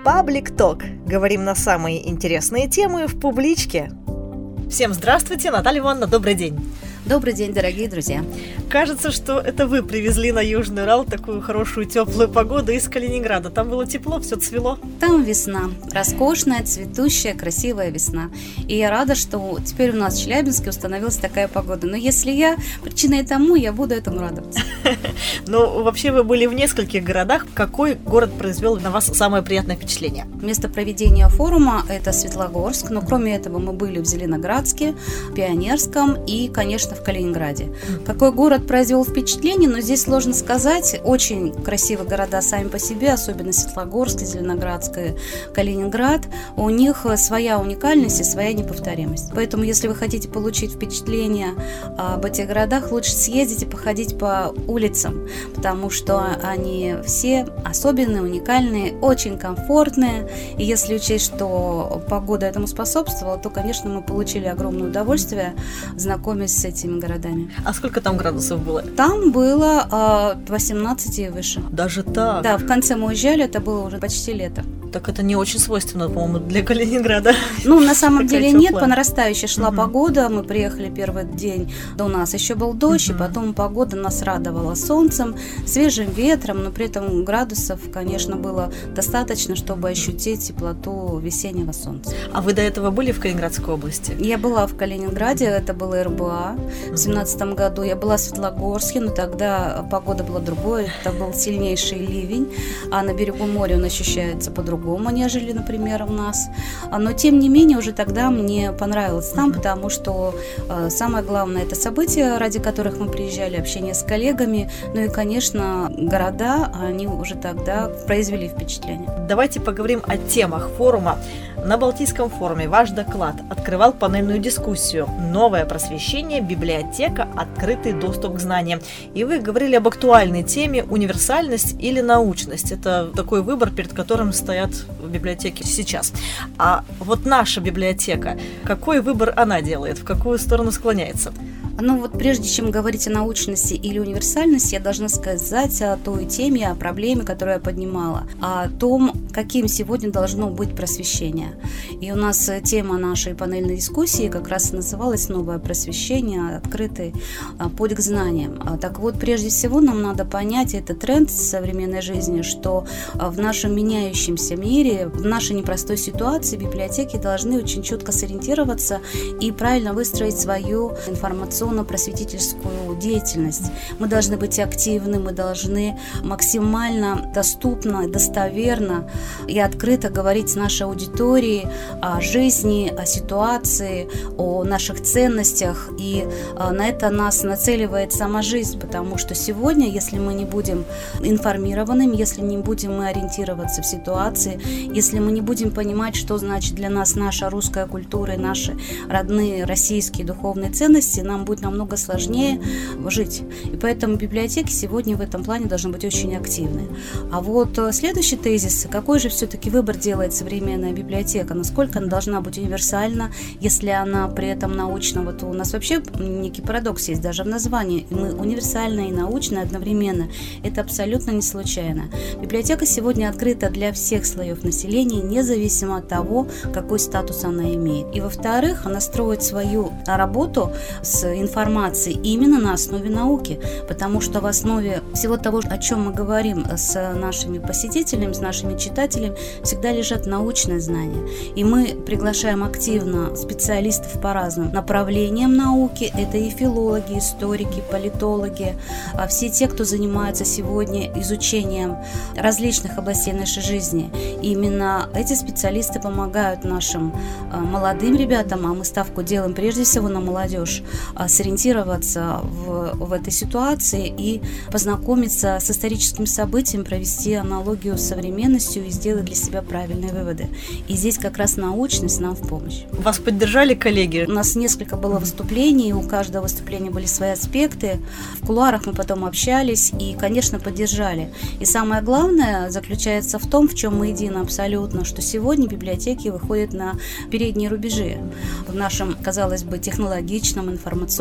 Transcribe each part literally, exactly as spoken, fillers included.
Public Talk. Говорим на самые интересные темы в публичке. Всем здравствуйте, Наталья Ивановна, добрый день. Добрый день, дорогие друзья. Кажется, что это вы привезли на Южный Урал такую хорошую теплую погоду из Калининграда. Там было тепло, все цвело. Там весна. Роскошная, цветущая, красивая весна. И я рада, что теперь у нас в Челябинске установилась такая погода. Но если я причиной тому, я буду этому радоваться. Ну, вообще вы были в нескольких городах. Какой город произвел на вас самое приятное впечатление? Место проведения форума – это Светлогорск. Но кроме этого мы были в Зеленоградске, Пионерском и, конечно, в Калининграде. Какой город произвел впечатление, но здесь сложно сказать. Очень красивые города сами по себе, особенно Светлогорск, Зеленоградск, Калининград. У них своя уникальность и своя неповторимость. Поэтому, если вы хотите получить впечатление об этих городах, лучше съездить и походить по улицам, потому что они все особенные, уникальные, очень комфортные. И если учесть, что погода этому способствовала, то, конечно, мы получили огромное удовольствие, знакомясь с этими городами. А сколько там градусов было? Там было э, восемнадцать и выше. Даже так? Да, в конце мы уезжали, это было уже почти лето. Так это не очень свойственно, по-моему, для Калининграда. Ну, на самом деле теплая. нет, по нарастающей шла угу. погода. Мы приехали первый день, да у нас еще был дождь, угу. и потом погода нас радовала солнцем, свежим ветром, но при этом градусов, конечно, было достаточно, чтобы ощутить теплоту весеннего солнца. А вы до этого были в Калининградской области? Я была в Калининграде, это было эр бэ а. В семнадцатом году я была в Светлогорске, но тогда погода была другой, это был сильнейший ливень, а на берегу моря он ощущается по-другому, нежели, например, у нас. Но, тем не менее, уже тогда мне понравилось там, потому что э, самое главное – это события, ради которых мы приезжали, общение с коллегами, ну и, конечно, города, они уже тогда произвели впечатление. Давайте поговорим о темах форума. На Балтийском форуме ваш доклад открывал панельную дискуссию «Новое просвещение, библиотека, открытый доступ к знаниям». И вы говорили об актуальной теме «Универсальность или научность». Это такой выбор, перед которым стоят библиотеки сейчас. А вот наша библиотека, какой выбор она делает, в какую сторону склоняется? Ну вот прежде чем говорить о научности или универсальности, я должна сказать о той теме, о проблеме, которую я поднимала, о том, каким сегодня должно быть просвещение. И у нас тема нашей панельной дискуссии как раз называлась «Новое просвещение. Открытый путь к знаниям». Так вот, прежде всего нам надо понять этот тренд современной жизни, что в нашем меняющемся мире, в нашей непростой ситуации библиотеки должны очень четко сориентироваться и правильно выстроить свою информацию просветительскую деятельность. Мы должны быть активны, мы должны максимально доступно, достоверно и открыто говорить с нашей аудиторией о жизни, о ситуации, о наших ценностях. И на это нас нацеливает сама жизнь, потому что сегодня, если мы не будем информированными, если не будем мы ориентироваться в ситуации, если мы не будем понимать, что значит для нас наша русская культура и наши родные российские духовные ценности, нам будет намного сложнее жить. И поэтому библиотеки сегодня в этом плане должны быть очень активны. А вот следующий тезис: какой же все-таки выбор делает современная библиотека? Насколько она должна быть универсальна, если она при этом научна? Вот у нас вообще некий парадокс есть даже в названии. Мы универсальная и научная одновременно. Это абсолютно не случайно. Библиотека сегодня открыта для всех слоев населения, независимо от того, какой статус она имеет. И во-вторых, она строит свою работу с информацией именно на основе науки, потому что в основе всего того, о чем мы говорим с нашими посетителями, с нашими читателями, всегда лежат научные знания. И мы приглашаем активно специалистов по разным направлениям науки. Это и филологи, историки, политологи, все те, кто занимается сегодня изучением различных областей нашей жизни. И именно эти специалисты помогают нашим молодым ребятам, а мы ставку делаем прежде всего на молодежь, сориентироваться в, в этой ситуации и познакомиться с историческим событием, провести аналогию с современностью и сделать для себя правильные выводы. И здесь как раз научность нам в помощь. Вас поддержали коллеги? У нас несколько было выступлений, у каждого выступления были свои аспекты. В кулуарах мы потом общались и, конечно, поддержали. И самое главное заключается в том, в чем мы едины абсолютно, что сегодня библиотеки выходят на передние рубежи в нашем, казалось бы, технологичном, информационном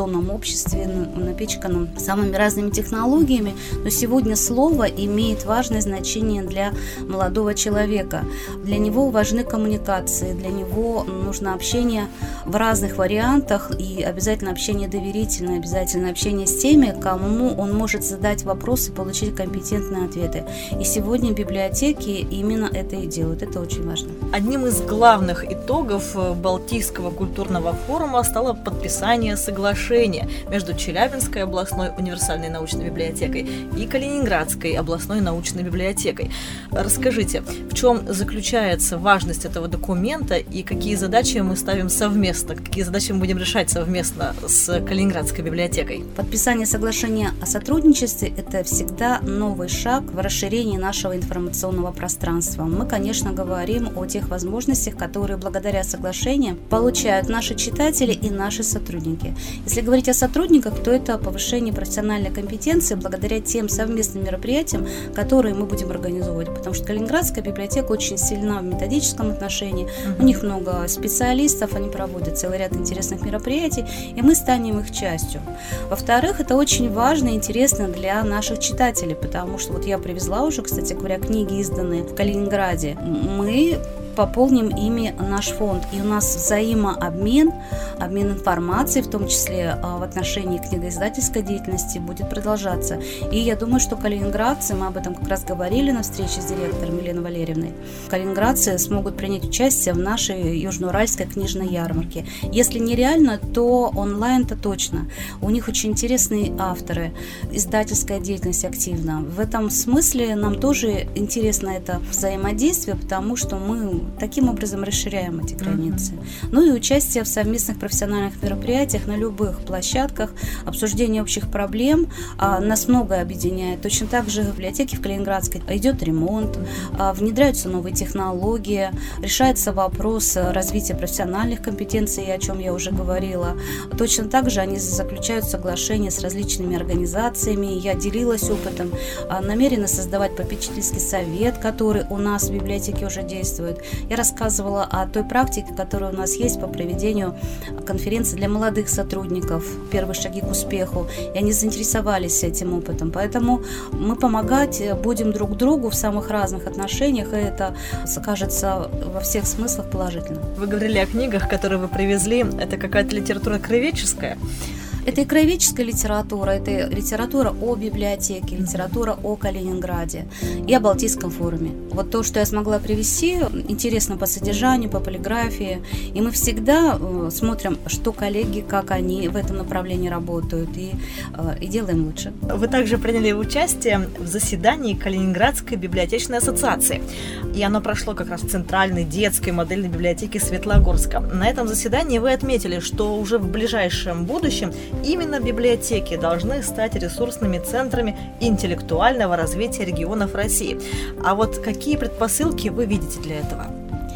информационном обществе, напичканном самыми разными технологиями, но сегодня слово имеет важное значение для молодого человека. Для него важны коммуникации, для него нужно общение в разных вариантах, и обязательно общение доверительное, обязательно общение с теми, кому он может задать вопросы и получить компетентные ответы. И сегодня библиотеки именно это и делают. Это очень важно. Одним из главных итогов Балтийского культурного форума стало подписание соглашения между Челябинской областной универсальной научной библиотекой и Калининградской областной научной библиотекой. Расскажите, в чем заключается важность этого документа и какие задачи мы ставим совместно, какие задачи мы будем решать совместно с Калининградской библиотекой? Подписание соглашения о сотрудничестве – это всегда новый шаг в расширении нашего информационного пространства. Мы, конечно, говорим о тех возможностях, которые благодаря соглашению получают наши читатели и наши сотрудники. Если говорить о сотрудниках, то это повышение профессиональной компетенции благодаря тем совместным мероприятиям, которые мы будем организовывать, потому что Калининградская библиотека очень сильна в методическом отношении, uh-huh. у них много специалистов, они проводят целый ряд интересных мероприятий, и мы станем их частью. Во-вторых, это очень важно и интересно для наших читателей, потому что вот я привезла уже, кстати говоря, книги, изданные в Калининграде. Мы пополним ими наш фонд. И у нас взаимообмен, обмен информацией, в том числе в отношении книгоиздательской деятельности, будет продолжаться. И я думаю, что калининградцы, мы об этом как раз говорили на встрече с директором Еленой Валерьевной, калининградцы смогут принять участие в нашей Южноуральской книжной ярмарке. Если нереально, то онлайн-то точно. У них очень интересные авторы, издательская деятельность активна. В этом смысле нам тоже интересно это взаимодействие, потому что мы таким образом расширяем эти границы. Uh-huh. Ну и участие в совместных профессиональных мероприятиях на любых площадках, обсуждение общих проблем а, нас многое объединяет. Точно так же в библиотеке в Калининградской идет ремонт, а, внедряются новые технологии, решается вопрос развития профессиональных компетенций, о чем я уже говорила. Точно так же они заключают соглашения с различными организациями. Я делилась опытом, а, намерены создавать попечительский совет, который у нас в библиотеке уже действует. Я рассказывала о той практике, которая у нас есть по проведению конференции для молодых сотрудников «Первые шаги к успеху», и они заинтересовались этим опытом. Поэтому мы помогать будем друг другу в самых разных отношениях, и это скажется во всех смыслах положительно. Вы говорили о книгах, которые вы привезли. Это какая-то литература краеведческая? Это и краеведческая литература, это литература о библиотеке, литература о Калининграде и о Балтийском форуме. Вот то, что я смогла привести, интересно по содержанию, по полиграфии. И мы всегда смотрим, что коллеги, как они в этом направлении работают, и, и делаем лучше. Вы также приняли участие в заседании Калининградской библиотечной ассоциации. И оно прошло как раз в Центральной детской модельной библиотеке Светлогорска. На этом заседании вы отметили, что уже в ближайшем будущем именно библиотеки должны стать ресурсными центрами интеллектуального развития регионов России. А вот какие предпосылки вы видите для этого?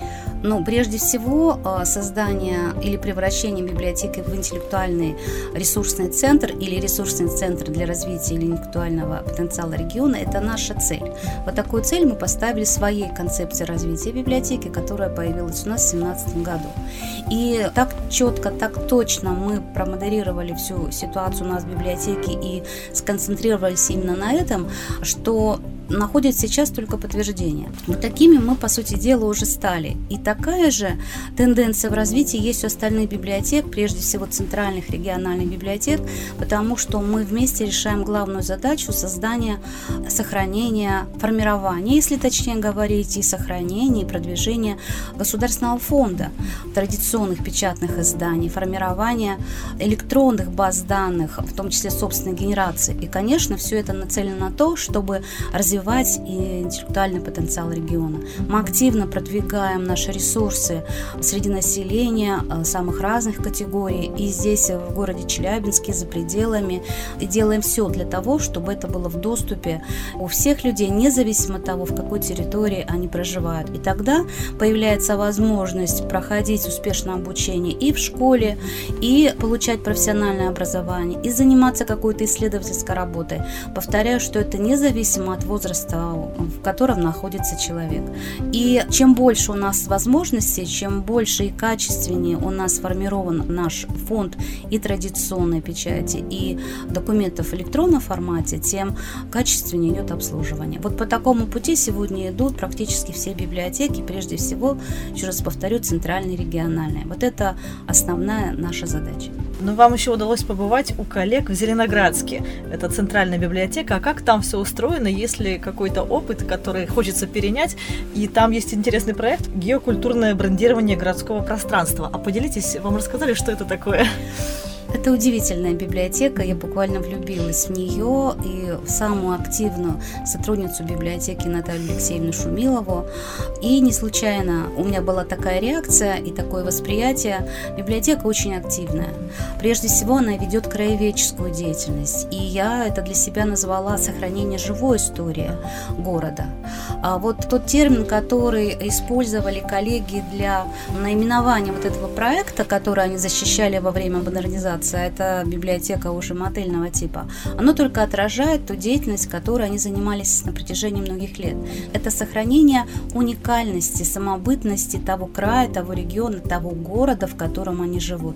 Ну, прежде всего, создание или превращение библиотеки в интеллектуальный ресурсный центр или ресурсный центр для развития интеллектуального потенциала региона – это наша цель. Вот такую цель мы поставили в своей концепции развития библиотеки, которая появилась у нас в две тысячи семнадцатом году. И так четко, так точно мы промодерировали всю ситуацию у нас в библиотеке и сконцентрировались именно на этом, что находит сейчас только подтверждение. Вот такими мы, по сути дела, уже стали. И такая же тенденция в развитии есть у остальных библиотек, прежде всего центральных региональных библиотек, потому что мы вместе решаем главную задачу создания, сохранения, формирования, если точнее говорить, и сохранения, и продвижения государственного фонда традиционных печатных изданий, формирования электронных баз данных, в том числе собственной генерации. И, конечно, все это нацелено на то, чтобы развивать развивать и интеллектуальный потенциал региона. Мы активно продвигаем наши ресурсы среди населения самых разных категорий, и здесь, в городе Челябинске, за пределами, и делаем все для того, чтобы это было в доступе у всех людей, независимо от того, в какой территории они проживают. И тогда появляется возможность проходить успешное обучение и в школе, и получать профессиональное образование, и заниматься какой-то исследовательской работой. Повторяю, что это независимо от возраста возраста, в котором находится человек. И чем больше у нас возможностей, чем больше и качественнее у нас сформирован наш фонд и традиционной печати, и документов в электронном формате, тем качественнее идет обслуживание. Вот по такому пути сегодня идут практически все библиотеки, прежде всего, еще раз повторю, центральные и региональные. Вот это основная наша задача. Но вам еще удалось побывать у коллег в Зеленоградске. Это центральная библиотека. А как там все устроено, если какой-то опыт, который хочется перенять? И там есть интересный проект «Геокультурное брендирование городского пространства». А поделитесь, вам рассказали, что это такое? Это удивительная библиотека, я буквально влюбилась в нее и в самую активную сотрудницу библиотеки Наталью Алексеевну Шумилову. И не случайно у меня была такая реакция и такое восприятие. Библиотека очень активная. Прежде всего, она ведет краеведческую деятельность. И я это для себя назвала сохранение живой истории города. А вот тот термин, который использовали коллеги для наименования вот этого проекта, который они защищали во время модернизации, это библиотека уже модельного типа, оно только отражает ту деятельность, которой они занимались на протяжении многих лет. Это сохранение уникальности, самобытности того края, того региона, того города, в котором они живут.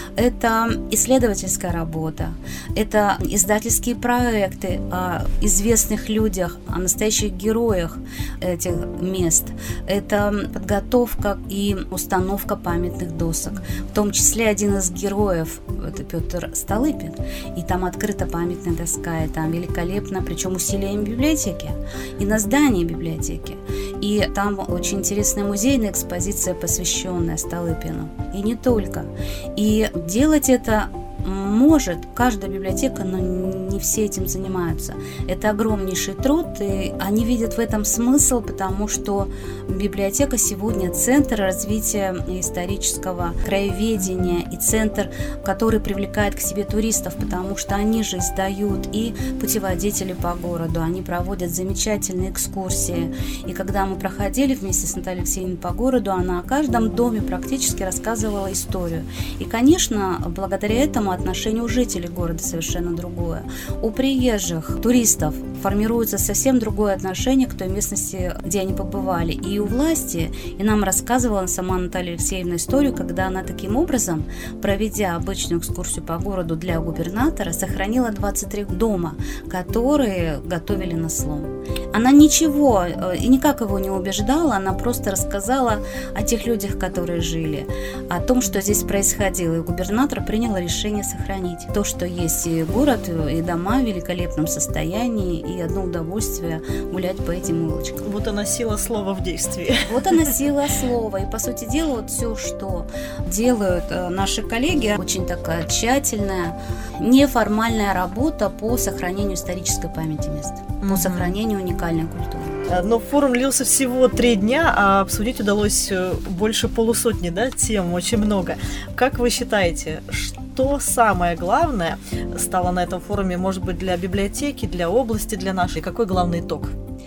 Это исследовательская работа, это издательские проекты о известных людях, о настоящих героях этих мест, это подготовка и установка памятных досок, в том числе один из героев, это Петр Столыпин, и там открыта памятная доска, и там великолепно, причем усилием библиотеки, и на здании библиотеки. И там очень интересная музейная экспозиция, посвященная Столыпину. И не только. И делать это может каждая библиотека, но не все этим занимаются. Это огромнейший труд, и они видят в этом смысл, потому что библиотека сегодня центр развития исторического краеведения и центр, который привлекает к себе туристов, потому что они же издают и путеводители по городу, они проводят замечательные экскурсии. И когда мы проходили вместе с Натальей Алексеевной по городу, она о каждом доме практически рассказывала историю. И, конечно, благодаря этому отношение у жителей города совершенно другое. У приезжих туристов формируется совсем другое отношение к той местности, где они побывали. И у власти, и нам рассказывала сама Наталья Алексеевна историю, когда она таким образом, проведя обычную экскурсию по городу для губернатора, сохранила двадцать три дома, которые готовили на слом. Она ничего и никак его не убеждала, она просто рассказала о тех людях, которые жили, о том, что здесь происходило. И губернатор принял решение сохранить то, что есть и город, и дома в великолепном состоянии, и одно удовольствие гулять по этим улочкам. Вот она сила слова в действии. Вот она сила слова. И, по сути дела, вот все, что делают наши коллеги, очень такая тщательная, неформальная работа по сохранению исторической памяти мест, mm-hmm. по сохранению уникальной культуры. Но форум длился всего три дня, а обсудить удалось больше полусотни, да, тем, очень много. Как вы считаете, что самое главное стало на этом форуме, может быть, для библиотеки, для области, для нашей? Какой главный итог?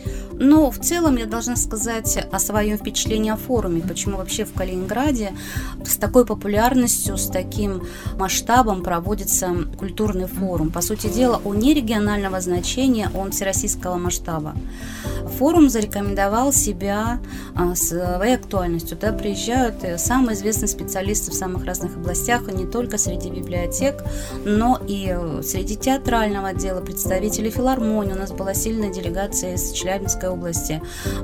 Но в целом я должна сказать о своем впечатлении о форуме, почему вообще в Калининграде с такой популярностью, с таким масштабом проводится культурный форум. По сути дела, он не регионального значения, он всероссийского масштаба. Форум зарекомендовал себя своей актуальностью. Туда приезжают самые известные специалисты в самых разных областях, и не только среди библиотек, но и среди театрального отдела, представителей филармонии. У нас была сильная делегация из Челябинской области,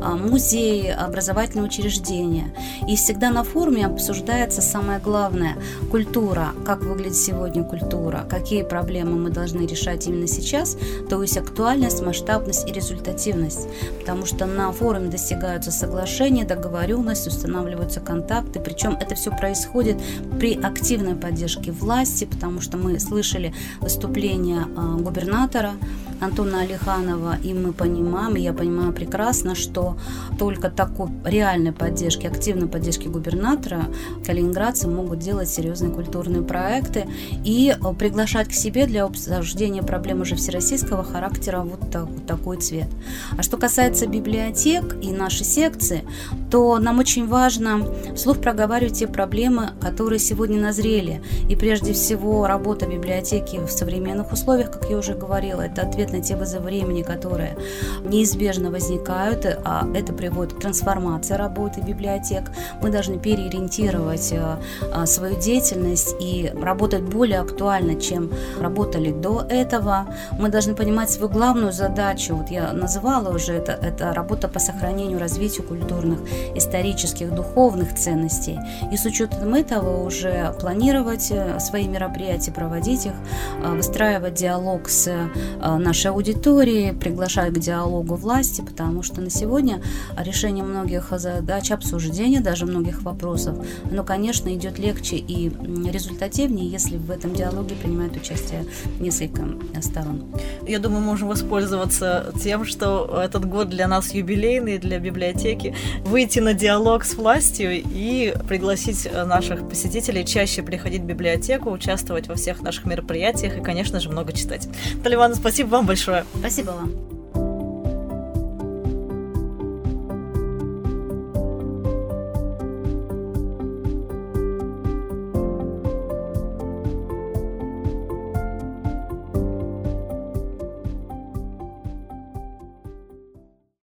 музеи, образовательные учреждения. И всегда на форуме обсуждается самое главное – культура, как выглядит сегодня культура, какие проблемы мы должны решать именно сейчас, то есть актуальность, масштабность и результативность. Потому что на форуме достигаются соглашения, договоренности, устанавливаются контакты, причем это все происходит при активной поддержке власти, потому что мы слышали выступление губернатора Антона Алиханова, и мы понимаем, и я понимаю прекрасно, что только такой реальной поддержки, активной поддержки губернатора калининградцы могут делать серьезные культурные проекты и приглашать к себе для обсуждения проблем уже всероссийского характера вот, так, вот такой цвет. А что касается библиотек и нашей секции, то нам очень важно вслух проговаривать те проблемы, которые сегодня назрели. И прежде всего работа библиотеки в современных условиях, как я уже говорила, это ответ отвечать на те вызовы времени, которые неизбежно возникают, а это приводит к трансформации работы библиотек. Мы должны переориентировать свою деятельность и работать более актуально, чем работали до этого. Мы должны понимать свою главную задачу, вот я называла уже это, это работа по сохранению, развитию культурных, исторических, духовных ценностей. И с учетом этого уже планировать свои мероприятия, проводить их, выстраивать диалог с нашей аудиторией, приглашать к диалогу власти, потому что на сегодня решение многих задач, обсуждение даже многих вопросов, оно, конечно, идет легче и результативнее, если в этом диалоге принимает участие несколько сторон. Я думаю, мы можем воспользоваться тем, что этот год для нас юбилейный, для библиотеки, выйти на диалог с властью и пригласить наших посетителей чаще приходить в библиотеку, участвовать во всех наших мероприятиях и, конечно же, много читать. Наталья Ивановна, спасибо вам большое. Спасибо вам.